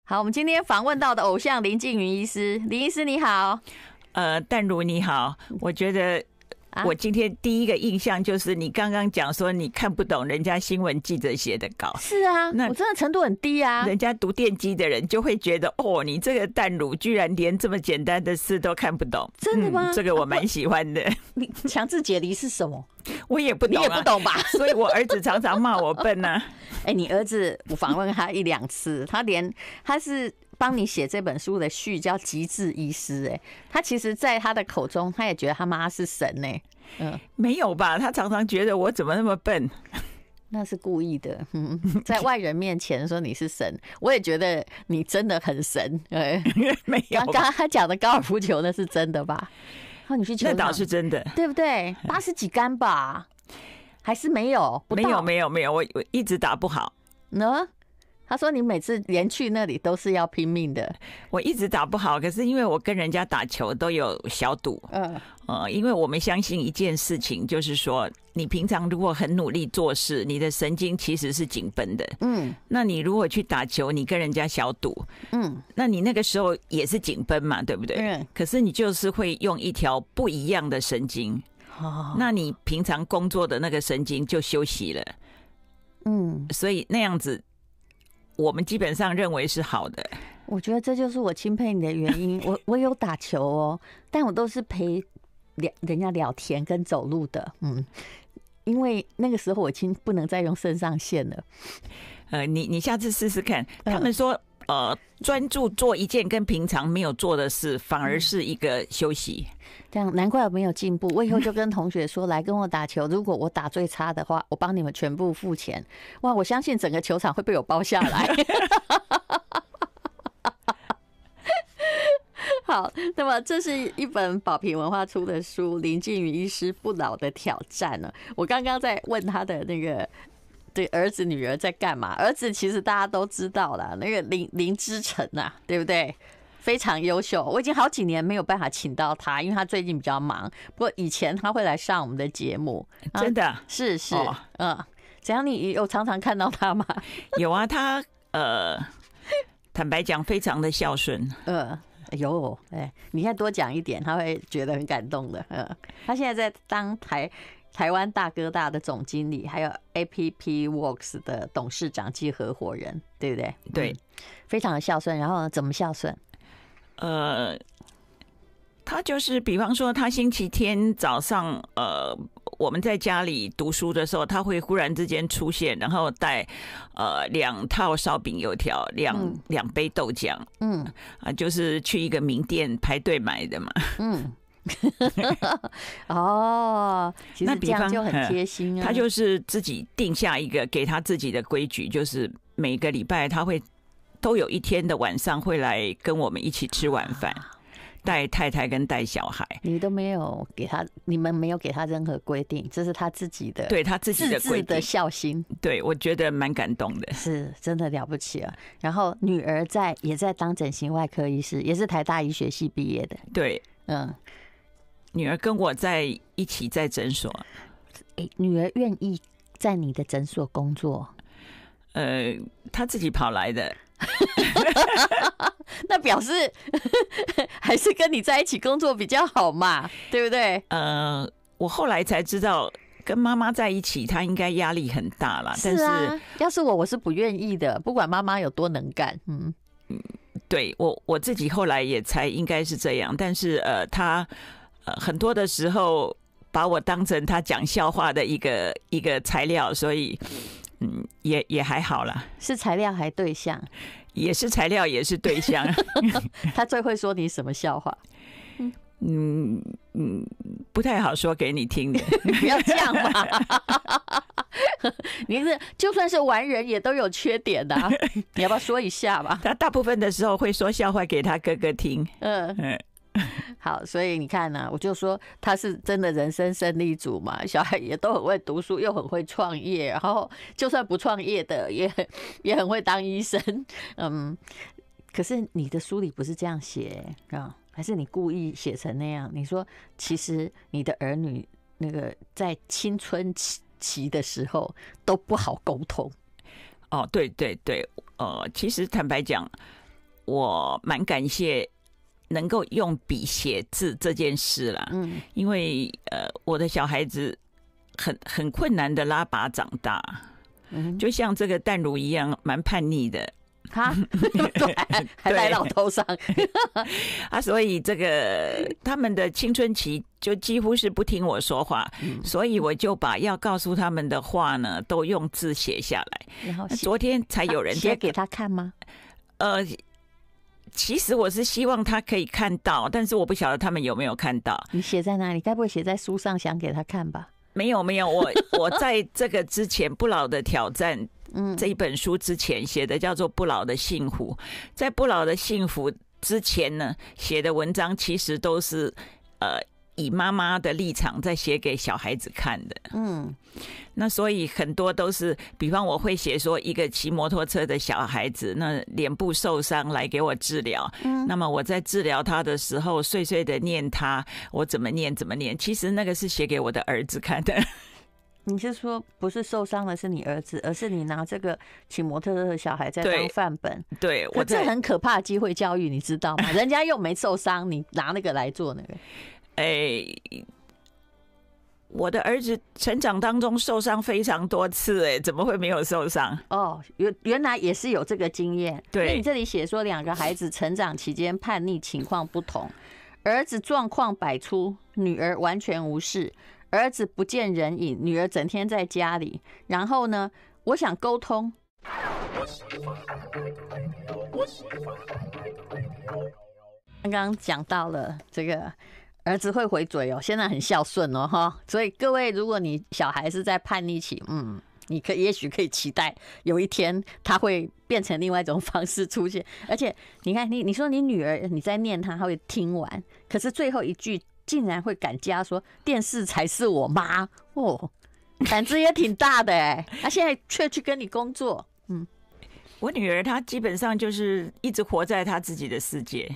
好，我们今天访问到的偶像林静云医师，林医师你好。 淡如你好，我觉得我今天第一个印象就是你刚刚讲说你看不懂人家新闻记者写的稿。 是啊，我真的程度很低啊。 人家读电机的人就会觉得，哦，你这个淡如居然连这么简单的事都看不懂。 真的吗？ 这个我蛮喜欢的。 你强制解离是什么？ 我也不懂，你也不懂吧？ 所以我儿子常常骂我笨啊。 你儿子我访问他1-2次，他是帮你写这本书的序叫极致医师，他其实在他的口中他也觉得他妈是神呢。 没有吧？他常常觉得我怎么那么笨。 那是故意的。在外人面前说你是神，我也觉得你真的很神。 没有， 刚刚他讲的高尔夫球那是真的吧？你去球场， 那倒是真的， 对不对？80几杆吧？还是没有？ 没有，我一直打不好呢。他说你每次连去那里都是要拼命的。 我一直打不好，可是因为我跟人家打球都有小赌。因为我们相信一件事情，就是说你平常如果很努力做事，你的神经其实是紧绷的。那你如果去打球，你跟人家小赌，那你那个时候也是紧绷嘛，对不对？可是你就是会用一条不一样的神经。那你平常工作的那个神经就休息了。所以那样子我们基本上认为是好的。 我觉得这就是我钦佩你的原因。我有打球哦，但我都是陪人家聊天跟走路的。因为那个时候我已经不能再用肾上腺了。 你下次试试看。他们说专注做一件跟平常没有做的事，反而是一个休息。 这样难怪我没有进步。我以后就跟同学说，来跟我打球，如果我打最差的话，我帮你们全部付钱。哇，我相信整个球场会被我包下来。好，那么这是一本宝瓶文化出的书《林静云医师不老的挑战》呢。我刚刚在问他的那个对儿子女儿在干嘛？儿子其实大家都知道啦，那个林之晨啊，对不对？非常优秀。我已经好几年没有办法请到他，因为他最近比较忙。不过以前他会来上我们的节目。 真的？ 是。怎样？你有常常看到他吗？ 有啊，他坦白讲非常的孝顺。 你现在多讲一点，他会觉得很感动的。他现在在当台湾大哥大的总经理，还有 APP Works 的董事长及合伙人，对不对？ 对， 非常的孝顺。然后呢，怎么孝顺？ 他就是比方说他星期天早上我们在家里读书的时候，他会忽然之间出现，然后带2套烧饼油条，两杯豆浆。就是去一个名店排队买的嘛。 其实这样就很贴心啊。 他就是自己定下一个给他自己的规矩，就是每个礼拜他会都有一天的晚上会来跟我们一起吃晚饭。带太太跟带小孩。 你都没有给他，你们没有给他任何规定，这是他自己的， 对他自己的规定的孝心。 对，我觉得蛮感动的， 是真的了不起啊。然后女儿也在当整形外科医师，也是台大医学系毕业的。 对，女儿跟我在一起在诊所。 女儿愿意在你的诊所工作？ 她自己跑来的。 那表示还是跟你在一起工作比较好嘛，对不对？ 我后来才知道，跟妈妈在一起，她应该压力很大啦。 是啊，但是要是我是不愿意的，不管妈妈有多能干。 对，我自己后来也猜应该是这样，但是她很多的时候把我当成她讲笑话的一个材料，所以也还好啦。 是材料还对象？ 也是材料，也是对象。 他最会说你什么笑话？ 不太好说给你听的。 不要这样嘛！你是就算是完人也都有缺点的啊，你要不要说一下吧？ 他大部分的时候会说笑话给他哥哥听。 好，所以你看呢，我就说他是真的人生胜利组嘛，小孩也都很会读书，又很会创业，然后就算不创业的也很会当医生。可是你的书里不是这样写啊，还是你故意写成那样？你说其实你的儿女那个在青春期的时候都不好沟通。 对对对，其实坦白讲， 我蛮感谢能够用笔写字这件事啦。因为我的小孩子很困难的拉拔长大，就像这个淡如一样，蛮叛逆的。 对，还在老头上所以这个他们的青春期就几乎是不听我说话，所以我就把要告诉他们的话呢，都用字写下来。 然后昨天才有人写给他看吗？ 其实我是希望他可以看到，但是我不晓得他们有没有看到。 你写在哪里？该不会写在书上想给他看吧？ 没有，我在这个之前不老的挑战这一本书之前写的叫做不老的幸福，在不老的幸福之前呢，写的文章其实都是以妈妈的立场在写给小孩子看的。那所以很多都是，比方我会写说一个骑摩托车的小孩子，那脸部受伤来给我治疗。那么我在治疗他的时候，碎碎的念他，我怎么念。其实那个是写给我的儿子看的。 你是说不是受伤的是你儿子，而是你拿这个骑摩托车的小孩在当范本？ 对， 我这很可怕的机会教育，你知道吗？人家又没受伤，你拿那个来做那个。 我的儿子成长当中受伤非常多次，怎么会没有受伤？ 原来也是有这个经验。 对， 你这里写说2个孩子成长期间叛逆情况不同，儿子状况百出，女儿完全无视。儿子不见人影，女儿整天在家里。然后呢，我想沟通。刚刚讲到了这个儿子会回嘴现在很孝顺哈。所以各位，如果你小孩是在叛逆期，你也许可以期待有一天他会变成另外一种方式出现。而且你看，你说你女儿你在念她会听完，可是最后一句竟然会敢加说电视才是我妈胆子也挺大的她现在却去跟你工作。 我女儿她基本上就是一直活在她自己的世界。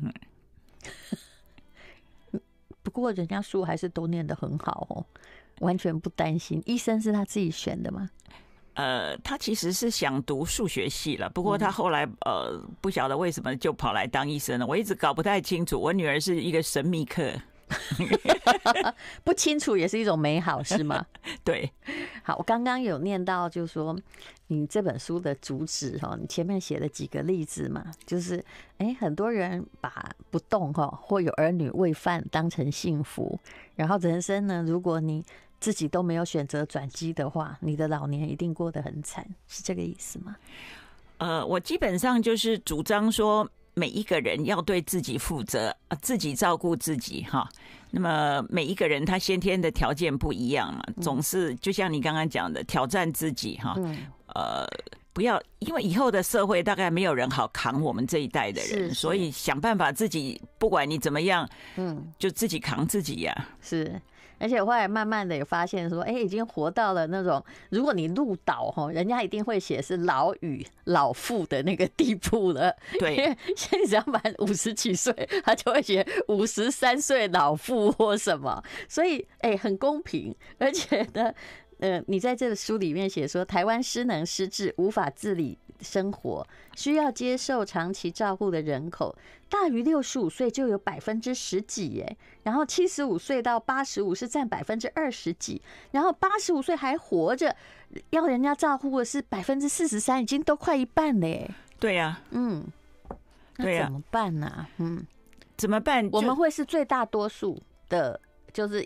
不过人家书还是都念得很好完全不担心。医生是她自己选的吗？ 他其实是想读数学系了，不过他后来不晓得为什么就跑来当医生了。我一直搞不太清楚，我女儿是一个神秘客。 不清楚也是一种美好，是吗？ 对。 好，我刚刚有念到，就是说你这本书的主旨你前面写了几个例子嘛，就是很多人把不动或有儿女喂饭当成幸福，然后人生呢，如果你自己都没有选择转机的话，你的老年一定过得很惨，是这个意思吗？ 我基本上就是主张说，每一个人要对自己负责，自己照顾自己哈。那么每一个人他先天的条件不一样嘛，总是就像你刚刚讲的，挑战自己哈。不要因为以后的社会大概没有人好扛我们这一代的人，所以想办法自己，不管你怎么样，就自己扛自己呀。 是。而且后来慢慢的有发现说，已经活到了那种，如果你入岛人家一定会写是老与老妇的那个地步了。 对， 因为现在只要满50几岁，他就会写53岁老妇或什么，所以很公平。而且呢，你在这个书里面写说，台湾失能失智无法自理生活，需要接受长期照顾的人口大于65岁就有10%几然后75岁到85是占20%几，然后85岁还活着要人家照顾的是43%，已经都快一半了对呀， 那怎么办呢？ 怎么办？ 我们会是最大多数的，就是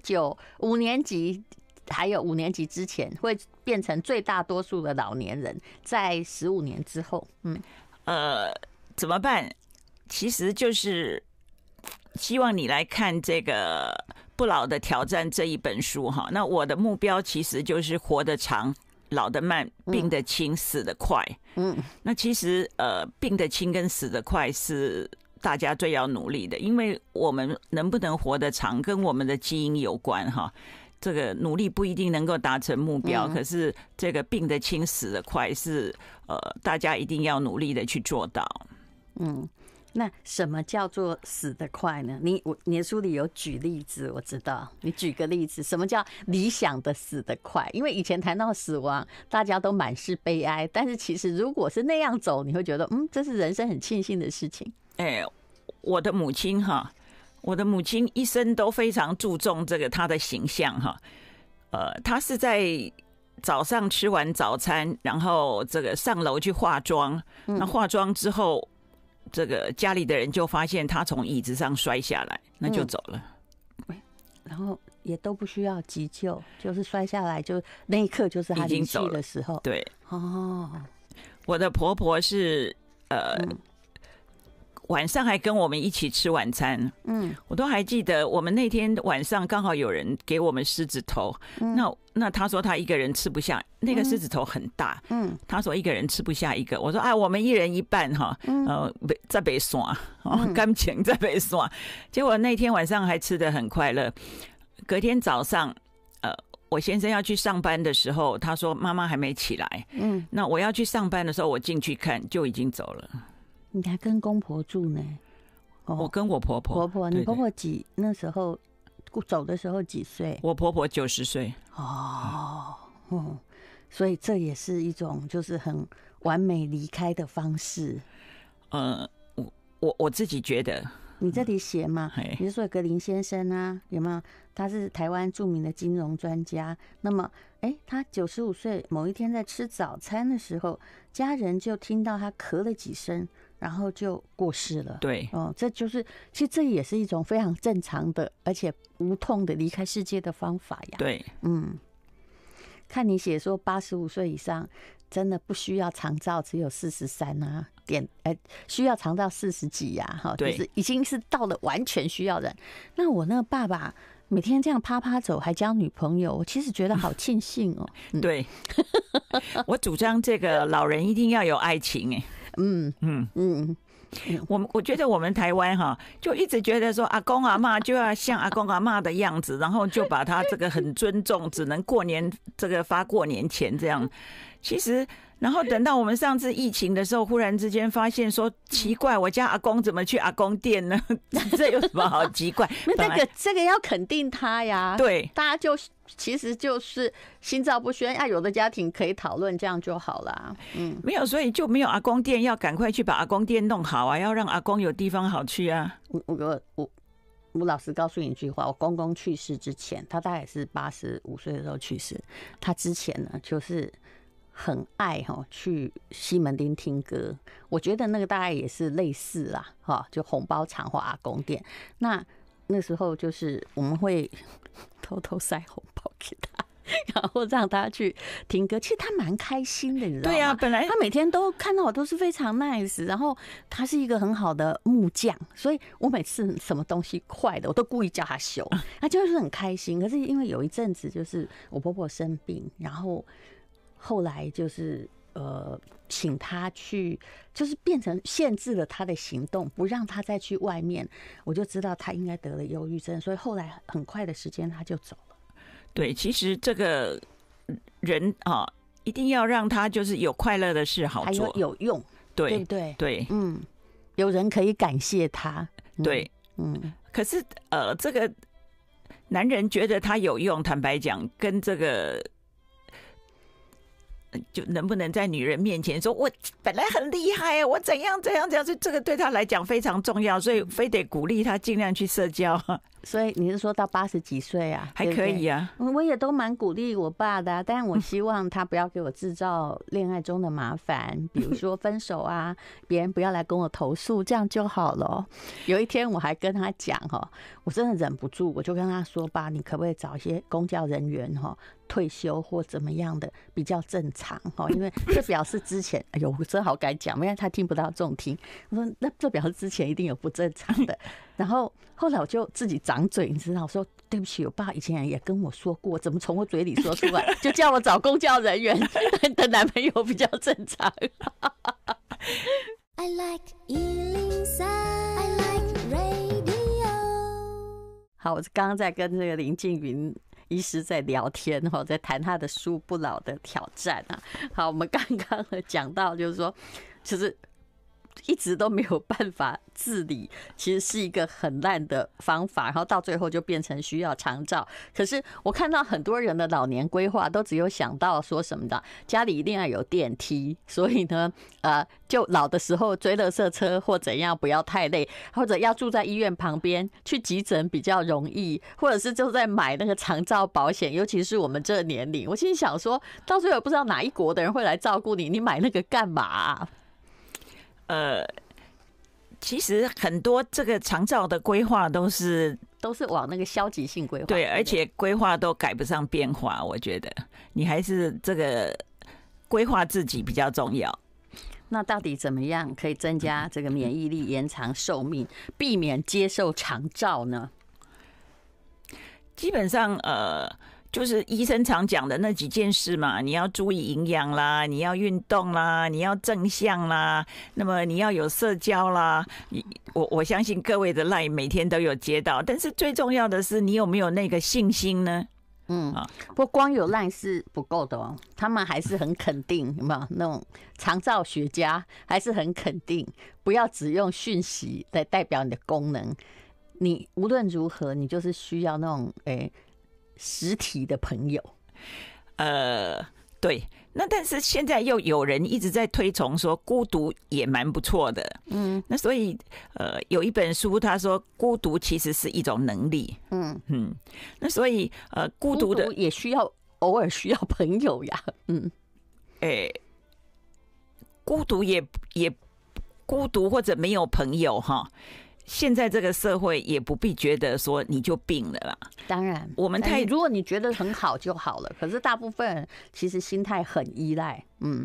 5年级。还有5年级之前会变成最大多数的老年人，在15年之后， 怎么办？其实就是希望你来看这个《不老的挑战》这一本书哈。那我的目标其实就是活得长、老得慢、病得轻、死得快。那其实病得轻跟死得快是大家最要努力的，因为我们能不能活得长跟我们的基因有关哈。这个努力不一定能够达成目标，可是这个病得轻死得快是大家一定要努力的去做到。 那什么叫做死得快呢？你的书里有举例子，我知道，你举个例子，什么叫理想的死得快？因为以前谈到死亡，大家都满是悲哀，但是其实如果是那样走，你会觉得，这是人生很庆幸的事情。 我的母亲一生都非常注重这个她的形象哈。她是在早上吃完早餐，然后这个上楼去化妆，那化妆之后。这个家里的人就发现他从椅子上摔下来，那就走了。 然后也都不需要急救，就是摔下来就那一刻就是他离去的时候。 对，我的婆婆是晚上还跟我们一起吃晚餐，我都还记得，我们那天晚上刚好有人给我们狮子头，那他说他一个人吃不下，那个狮子头很大，他说一个人吃不下一个，我说我们一人一半哈，再别算，感情再别算，结果那天晚上还吃得很快乐，隔天早上，我先生要去上班的时候，他说妈妈还没起来，那我要去上班的时候，我进去看就已经走了。 你还跟公婆住呢？ 我跟我婆婆。 你婆婆那时候走的时候几岁？ 我婆婆90岁。 所以这也是一种就是很完美离开的方式。 我自己觉得。 你这里写嘛？你是说有个林先生啊？有没有？他是台湾著名的金融专家。那么，他95岁某一天在吃早餐的时候，家人就听到他咳了几声，然后就过世了。 对， 这就是其实这也是一种非常正常的，而且无痛的离开世界的方法呀。 对， 看你写说85岁以上真的不需要长照，只有43啊。需要长到40几呀，就是已经是到了完全需要人。那我那个爸爸每天这样啪啪走，还交女朋友，我其实觉得好庆幸哦。 对，我主张这个老人一定要有爱情我觉得我们台湾就一直觉得说阿公阿嬷就要像阿公阿嬷的样子，然后就把他这个很尊重，只能过年这个发过年钱这样。其实，然后等到我们上次疫情的时候，忽然之间发现说奇怪，我家阿公怎么去阿公店呢？这有什么好奇怪？ 这个要肯定他呀。 对， 大家其实就是心照不宣，有的家庭可以讨论，这样就好了。 没有，所以就没有阿公店，要赶快去把阿公店弄好啊，要让阿公有地方好去啊。 我老实告诉你一句话，我公公去世之前，他大概是85岁的时候去世，他之前呢就是很爱去西门町听歌，我觉得那个大概也是类似啦，就红包场或阿公店。那时候就是我们会偷偷塞红包给他，然后让他去听歌，其实他蛮开心的，你知道吗？ 对啊，本来他每天都看到我都是非常 nice， 然后他是一个很好的木匠，所以我每次什么东西坏的，我都故意叫他修，他就是很开心。可是因为有一阵子就是我婆婆生病，然后后来就是请他去，就是变成限制了他的行动，不让他再去外面，我就知道他应该得了忧郁症，所以后来很快的时间他就走了。 对，其实这个人一定要让他就是有快乐的事好做， 还有用，对不对？ 对， 有人可以感谢他， 对，可是这个男人觉得他有用，坦白讲，跟这个。就能不能在女人面前说我本来很厉害我怎样，所以这个对他来讲非常重要，所以非得鼓励他尽量去社交。 所以你是说到80几岁啊？ 还可以啊， 对对，我也都蛮鼓励我爸的，但我希望他不要给我制造恋爱中的麻烦，比如说分手啊，别人不要来跟我投诉，这样就好了。有一天我还跟他讲我真的忍不住，我就跟他说爸，你可不可以找一些公教人员退休或怎么样的比较正常因为这表示之前我真好敢讲，因为他听不到重听。我说那这表示之前一定有不正常的。然后后来我就自己掌嘴，你知道，我说对不起，我爸以前也跟我说过，怎么从我嘴里说出来，就叫我找公教人员的男朋友比较正常。I like 103, I like radio。 好，我刚刚在跟这个林静云医师在聊天在谈他的书《不老的挑战》啊。好，我们刚刚讲到就是说，就是一直都没有办法自理，其实是一个很烂的方法，然后到最后就变成需要长照。可是我看到很多人的老年规划都只有想到说什么的，家里一定要有电梯，所以呢，就老的时候追垃圾车或怎样不要太累，或者要住在医院旁边，去急诊比较容易，或者是就在买那个长照保险，尤其是我们这个年龄，我心想说，到最后不知道哪一国的人会来照顾你，你买那个干嘛啊？ 其实很多这个长照的规划都是往那个消极性规划， 对，而且规划都赶不上变化。我觉得你还是这个规划自己比较重要。 那到底怎么样可以增加这个免疫力、延长寿命，避免接受长照呢？ 基本上就是医生常讲的那几件事嘛，你要注意营养啦，你要运动啦，你要正向啦，那么你要有社交啦。我相信各位的 LINE 每天都有接到，但是最重要的是你有没有那个信心呢？ 不过光有 LINE 是不够的哦，他们还是很肯定，有没有那种长照学家还是很肯定，不要只用讯息来代表你的功能，你无论如何，你就是需要那种实体的朋友。 对，那但是现在又有人一直在推崇说孤独也蛮不错的，那所以有一本书他说孤独其实是一种能力，那所以孤独的也需要偶尔需要朋友呀， 孤独也孤独或者没有朋友哈。现在这个社会也不必觉得说你就病了啦。 当然， 我们如果你觉得很好就好了。可是大部分人其实心态很依赖。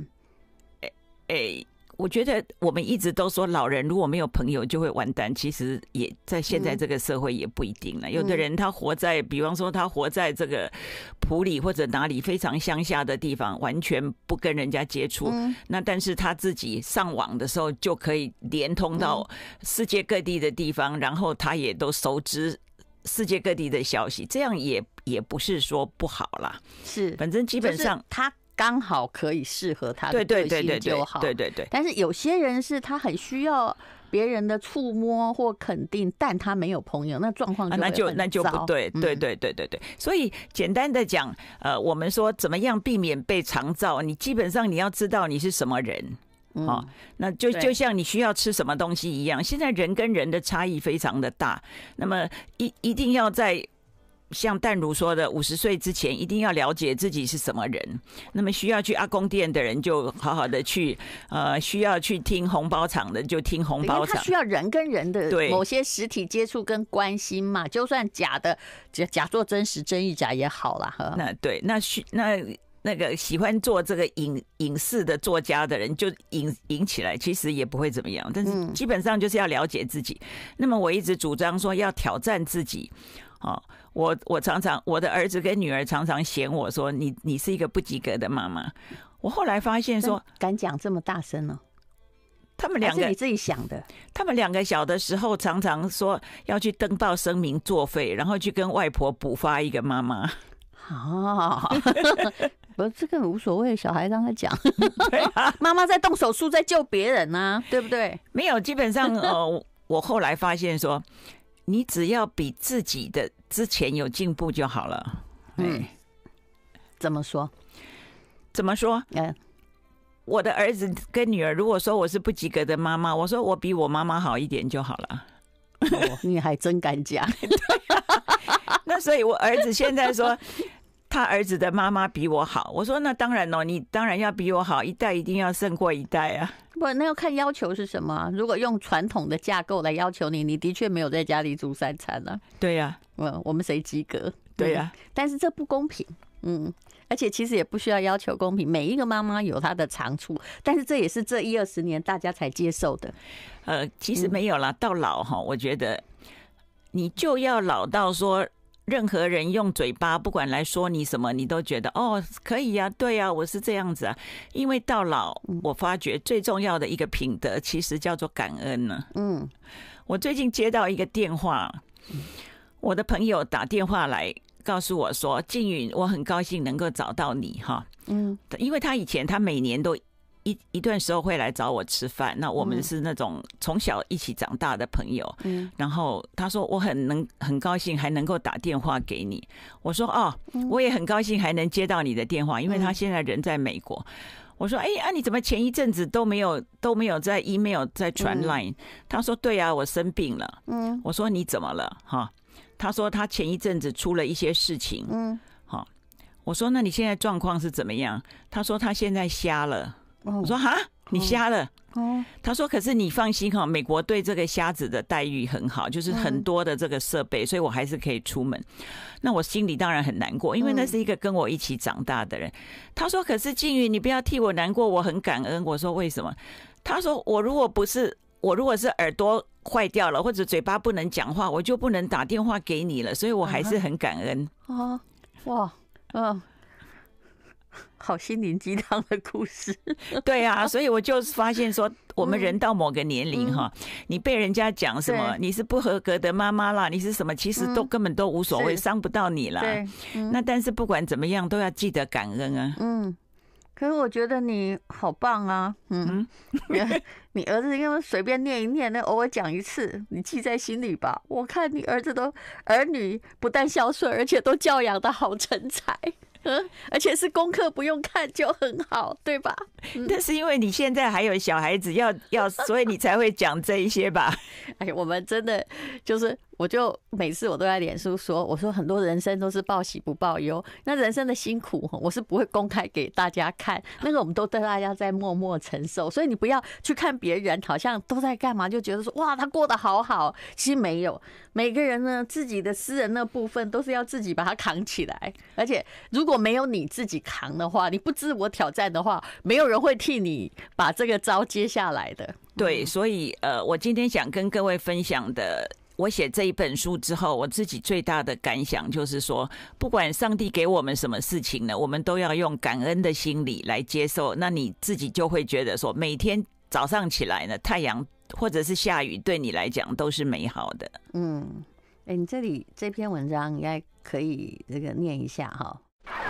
我觉得我们一直都说老人如果没有朋友就会完蛋，其实也在现在这个社会也不一定了。有的人他活在，比方说他活在这个埔里或者哪里非常乡下的地方，完全不跟人家接触，那但是他自己上网的时候就可以连通到世界各地的地方，然后他也都熟知世界各地的消息，这样也不是说不好啦。 是， 反正基本上他刚好可以适合他的个性就好。 对。 但是有些人是他很需要别人的触摸或肯定，但他没有朋友，那状况那就不对。对。所以简单的讲，我们说怎么样避免被长照，你基本上你要知道你是什么人。那就像你需要吃什么东西一样，现在人跟人的差异非常的大，那么一定要在像淡如说的50岁之前一定要了解自己是什么人，那么需要去阿公店的人就好好的去，需要去听红包场的就听红包场， 他需要人跟人的某些实体接触跟关心嘛，就算假的假作真实真亦假也好啦。 那对，那个喜欢做这个影视的作家的人就引起来，其实也不会怎么样，但是基本上就是要了解自己。那么我一直主张说要挑战自己。我常常我的儿子跟女儿常常嫌我说你是一个不及格的妈妈。我后来发现说， 敢讲这么大声呢？ 他们两个是你自己想的。 他们两个小的时候常常说要去登报声明作废，然后去跟外婆补发一个妈妈。 不，这个无所谓，小孩让他讲。对啊，妈妈在动手术，在救别人啊，对不对？ 没有，基本上我后来发现说，你只要比自己的之前有进步就好了。 怎么说？ 我的儿子跟女儿如果说我是不及格的妈妈，我说我比我妈妈好一点就好了。 你还真敢讲。 那所以我儿子现在说他儿子的妈妈比我好，我说那当然哦，你当然要比我好，一代一定要胜过一代啊。 不，那要看要求是什么。如果用传统的架构来要求你，你的确没有在家里煮3餐啊。 对呀， 我们谁及格？ 对呀， 但是这不公平。而且其实也不需要要求公平，每一个妈妈有她的长处，但是这也是这10-20年大家才接受的。 其实没有啦，到老哈，我觉得你就要老到说，任何人用嘴巴不管来说你什么，你都觉得哦可以啊，对啊，我是这样子啊。因为到老，我发觉最重要的一个品德，其实叫做感恩呢。我最近接到一个电话，我的朋友打电话来告诉我说，静允，我很高兴能够找到你哈。因为他以前他每年都一段时候会来找我吃饭，那我们是那种从小一起长大的朋友。然后他说我很高兴还能够打电话给你。我说我也很高兴还能接到你的电话，因为他现在人在美国。我说你怎么前一阵子都没有在 email 在传 line？他说对啊，我生病了。我说你怎么了哈？他说他前一阵子出了一些事情。好，我说那你现在状况是怎么样？他说他现在瞎了。我说哈，你瞎了？他说可是你放心哈，美国对这个瞎子的待遇很好，就是很多的这个设备，所以我还是可以出门。那我心里当然很难过，因为那是一个跟我一起长大的人。他说可是静瑜，你不要替我难过，我很感恩。我说为什么？他说我如果是耳朵坏掉了或者嘴巴不能讲话，我就不能打电话给你了，所以我还是很感恩。 哇，好心灵鸡汤的故事。 对啊，所以我就发现说，我们人到某个年龄哈，你被人家讲什么，你是不合格的妈妈啦，你是什么，其实根本都无所谓，伤不到你啦。那但是不管怎么样，都要记得感恩啊。 可是我觉得你好棒啊。你儿子因为随便念一念，那偶尔讲一次，你记在心里吧。我看你儿子都儿女不但孝顺，而且都教养的好成才。而且是功课不用看就很好，对吧？ 但是因为你现在还有小孩子要，所以你才会讲这一些吧？ 我们真的就是，我就每次我都在脸书说，我说很多人生都是报喜不报忧，那人生的辛苦我是不会公开给大家看，那个我们都带大家在默默承受，所以你不要去看别人好像都在干嘛，就觉得说哇他过得好好，其实没有，每个人呢自己的私人的部分都是要自己把它扛起来，而且如果没有你自己扛的话，你不自我挑战的话，没有人会替你把这个招接下来的。 对，所以我今天想跟各位分享的，我写这一本书之后，我自己最大的感想就是说，不管上帝给我们什么事情呢，我们都要用感恩的心理来接受。那你自己就会觉得说，每天早上起来呢，太阳或者是下雨，对你来讲都是美好的。 你这里这篇文章应该可以这个念一下哈。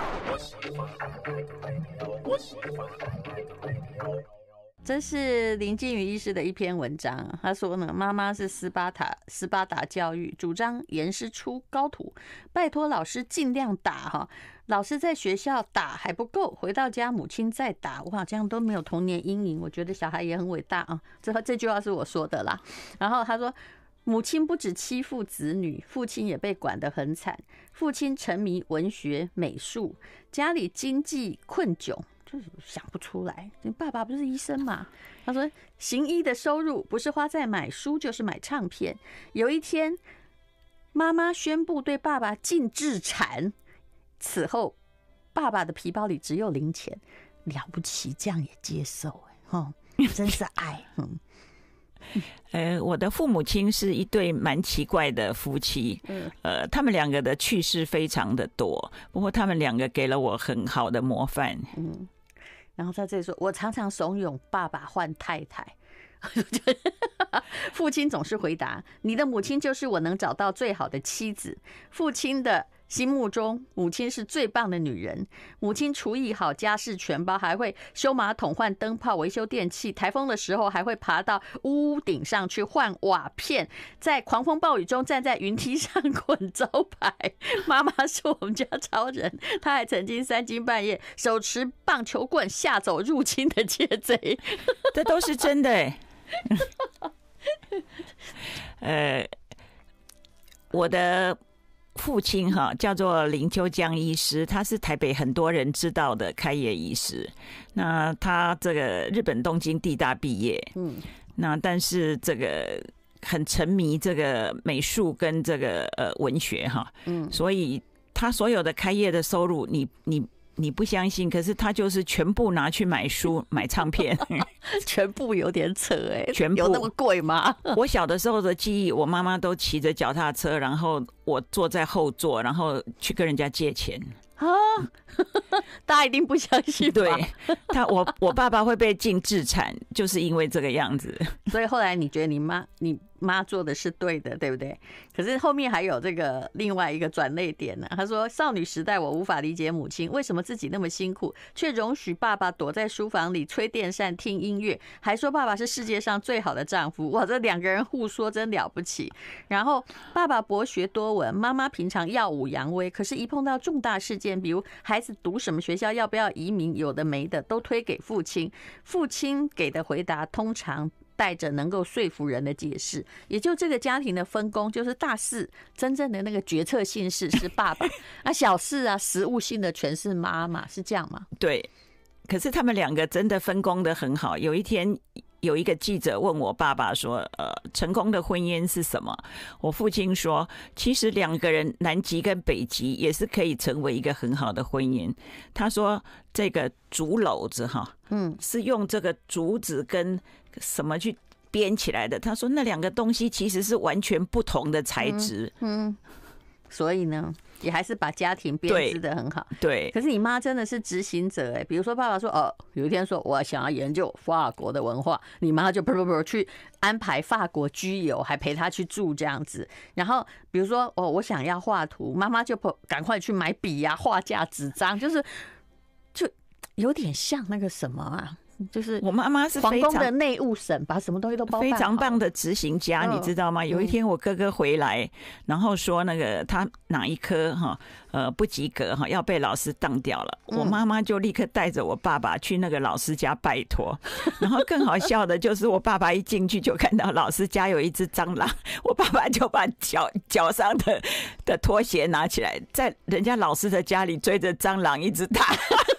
这是林静瑜医师的一篇文章，他说呢，妈妈是斯巴达教育，主张严师出高徒，拜托老师尽量打哈。老师在学校打还不够，回到家母亲再打，哇，这样都没有童年阴影，我觉得小孩也很伟大啊。这句话是我说的啦。然后他说，母亲不只欺负子女，父亲也被管得很惨。父亲沉迷文学美术，家里经济困窘，就是想不出来。爸爸不是医生嘛？他说，行医的收入不是花在买书，就是买唱片。有一天，妈妈宣布对爸爸禁制产，此后爸爸的皮包里只有零钱。了不起，这样也接受真是爱。 我的父母亲是一对蛮奇怪的夫妻，他们两个的趣事非常的多，不过他们两个给了我很好的模范。 然后在这里说，我常常怂恿爸爸换太太。父亲总是回答，你的母亲就是我能找到最好的妻子。父亲的心目中，母亲是最棒的女人。母亲厨艺好，家事全包，还会修马桶、换灯泡、维修电器。台风的时候，还会爬到屋顶上去换瓦片。在狂风暴雨中，站在云梯上滚招牌。妈妈是我们家超人，她还曾经3更半夜手持棒球棍吓走入侵的窃贼。 这都是真的我的父亲叫做林秋江医师，他是台北很多人知道的开业医师。那他这个日本东京地大毕业，那但是这个很沉迷这个美术跟这个文学所以他所有的开业的收入，你不相信，可是他就是全部拿去买书、买唱片， 全部有点扯全部有那么贵吗？ 我小的时候的记忆，我妈妈都骑着脚踏车，然后我坐在后座，然后去跟人家借钱大家一定不相信吧？ 对，我爸爸会被禁制产，就是因为这个样子。 所以后来你觉得你妈做的是对的，对不对？可是后面还有这个另外一个转捩点呢。他说，少女时代我无法理解母亲为什么自己那么辛苦，却容许爸爸躲在书房里吹电扇听音乐，还说爸爸是世界上最好的丈夫。哇，这两个人互说真了不起。然后爸爸博学多闻，妈妈平常耀武扬威，可是一碰到重大事件，比如孩子读什么学校，要不要移民，有的没的都推给父亲。父亲给的回答通常带着能够说服人的解释，也就这个家庭的分工，就是大事真正的那个决策性事是爸爸，啊小事啊实务性的全是妈妈，是这样吗？ 对，可是他们两个真的分工得很好。有一天有一个记者问我爸爸说，成功的婚姻是什么？我父亲说，其实两个人南极跟北极也是可以成为一个很好的婚姻。他说这个竹篓子哈，是用这个竹子跟什么去编起来的。他说那两个东西其实是完全不同的材质。 所以呢，也还是把家庭编织得很好。 对。 可是你妈真的是执行者比如说爸爸说有一天说我想要研究法国的文化，你妈就去安排法国居游，还陪他去住这样子。然后比如说我想要画图，妈妈就赶快去买笔啊、画架、纸张，就有点像那个什么啊。就是我妈妈是皇宫的内务省，把什么东西都包办好， 非常棒的执行家，你知道吗？有一天我哥哥回来，然后说那个他哪一科不及格要被老师当掉了，我妈妈就立刻带着我爸爸去那个老师家拜托。然后更好笑的就是我爸爸一进去就看到老师家有一只蟑螂，我爸爸就把脚上的拖鞋拿起来，在人家老师的家里追着蟑螂一直打。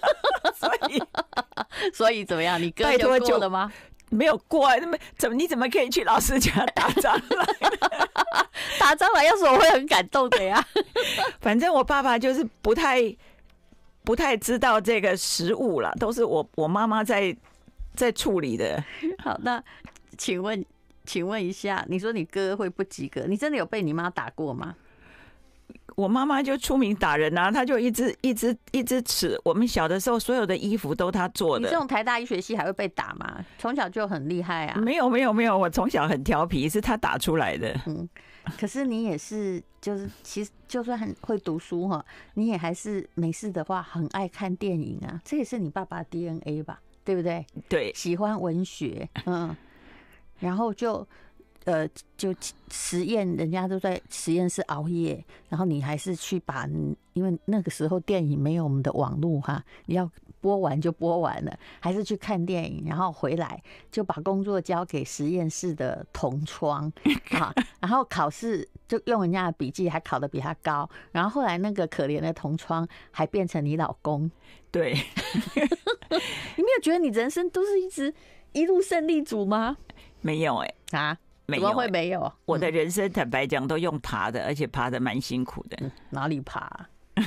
所以怎么样？你哥就过了吗？ 没有过，你怎么可以去老师家打蟑螂？ 打蟑螂要是我会很感动的呀。 反正我爸爸就是不太知道这个食物了，都是我妈妈在处理的。 好，那请问一下，你说你哥会不及格，你真的有被你妈打过吗？ 我妈妈就出名打人啊，她就一直吃。我们小的时候，所有的衣服都她做的。 你这种台大医学系还会被打吗？从小就很厉害啊。 没有，我从小很调皮，是她打出来的。 可是你也是，就是其实就算很会读书哈，你也还是没事的话很爱看电影啊，这也是你爸爸的 DNA 吧，对不对？ 对， 喜欢文学，然后就实验，人家都在实验室熬夜，然后你还是去因为那个时候电影没有我们的网络哈，你要播完就播完了，还是去看电影，然后回来就把工作交给实验室的同窗啊，然后考试就用人家的笔记，还考得比他高，然后后来那个可怜的同窗还变成你老公。 对。 你没有觉得你人生都是一路胜利组吗？ 没有怎么会没有？ 我的人生坦白讲都用爬的，而且爬的蛮辛苦的。 哪里爬？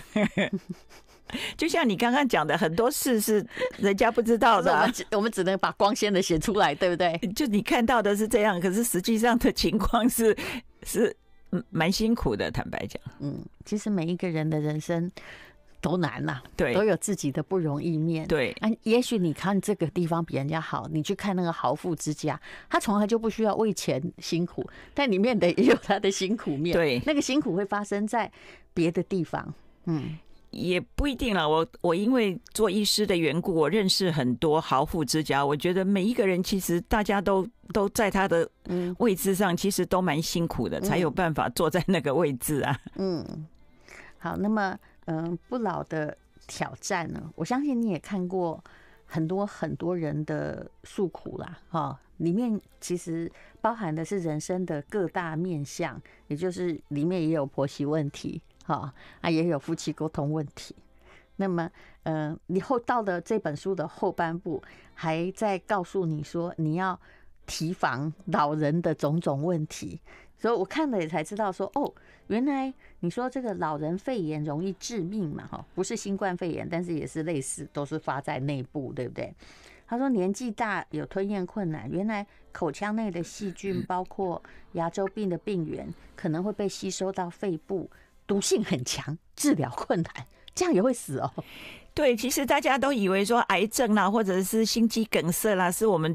就像你刚刚讲的，很多事是人家不知道的我们只能把光鲜的写出来，对不对？ 就你看到的是这样，可是实际上的情况是蛮辛苦的，坦白讲。 其实每一个人的人生都难啦， 对， 都有自己的不容易面。 对， 也许你看这个地方比人家好，你去看那个豪富之家，他从来就不需要为钱辛苦，但里面的也有他的辛苦面。 对， 那个辛苦会发生在别的地方。 也不一定了。我因为做医师的缘故，我认识很多豪富之家。我觉得每一个人其实大家都在他的位置上，其实都蛮辛苦的，才有办法坐在那个位置啊。 好，那么不老的挑战呢？我相信你也看过很多人的诉苦啦，里面其实包含的是人生的各大面向，也就是里面也有婆媳问题，也有夫妻沟通问题。那么你到了这本书的后半部，还在告诉你说你要提防老人的种种问题。所以我看了也才知道说，原来你说这个老人肺炎容易致命嘛，不是新冠肺炎，但是也是类似，都是发在内部，对不对？他说年纪大有吞咽困难，原来口腔内的细菌包括牙周病的病原可能会被吸收到肺部，毒性很强，治疗困难，这样也会死哦。 对，其实大家都以为说癌症啦，或者是心肌梗塞啦，是我们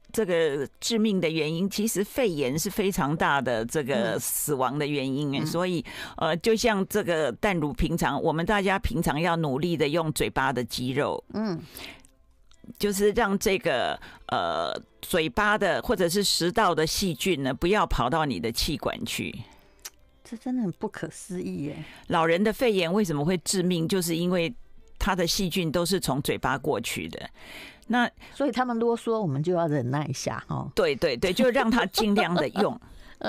这个致命的原因，其实肺炎是非常大的这个死亡的原因。所以就像这个淡如平常，我们大家平常要努力的用嘴巴的肌肉，就是让这个嘴巴的或者是食道的细菌呢，不要跑到你的气管去。 这真的很不可思议耶！ 老人的肺炎为什么会致命？就是因为他的细菌都是从嘴巴过去的。那所以他们啰嗦，我们就要忍耐一下哦。 对对对，就让他尽量的用。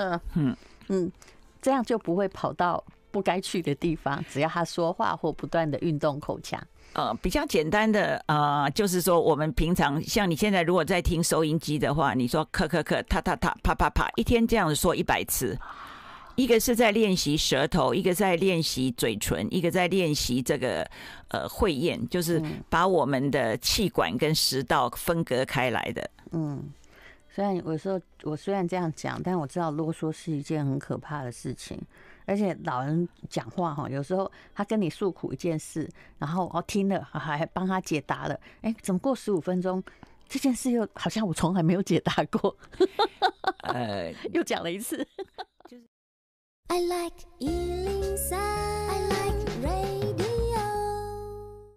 这样就不会跑到不该去的地方。只要他说话或不断的运动口腔。 比较简单的就是说，我们平常像你现在如果在听收音机的话，你说咳咳咳、嗒嗒嗒、啪啪啪，一天这样子说100次。一个是在练习舌头，一个在练习嘴唇，一个在练习这个会咽，就是把我们的气管跟食道分隔开来的。 虽然有时候我虽然这样讲，但我知道啰嗦是一件很可怕的事情。而且老人讲话哈，有时候他跟你诉苦一件事，然后我听了还帮他解答了，怎么过15分钟，这件事又好像我从来没有解答过，又讲了一次。 I like 103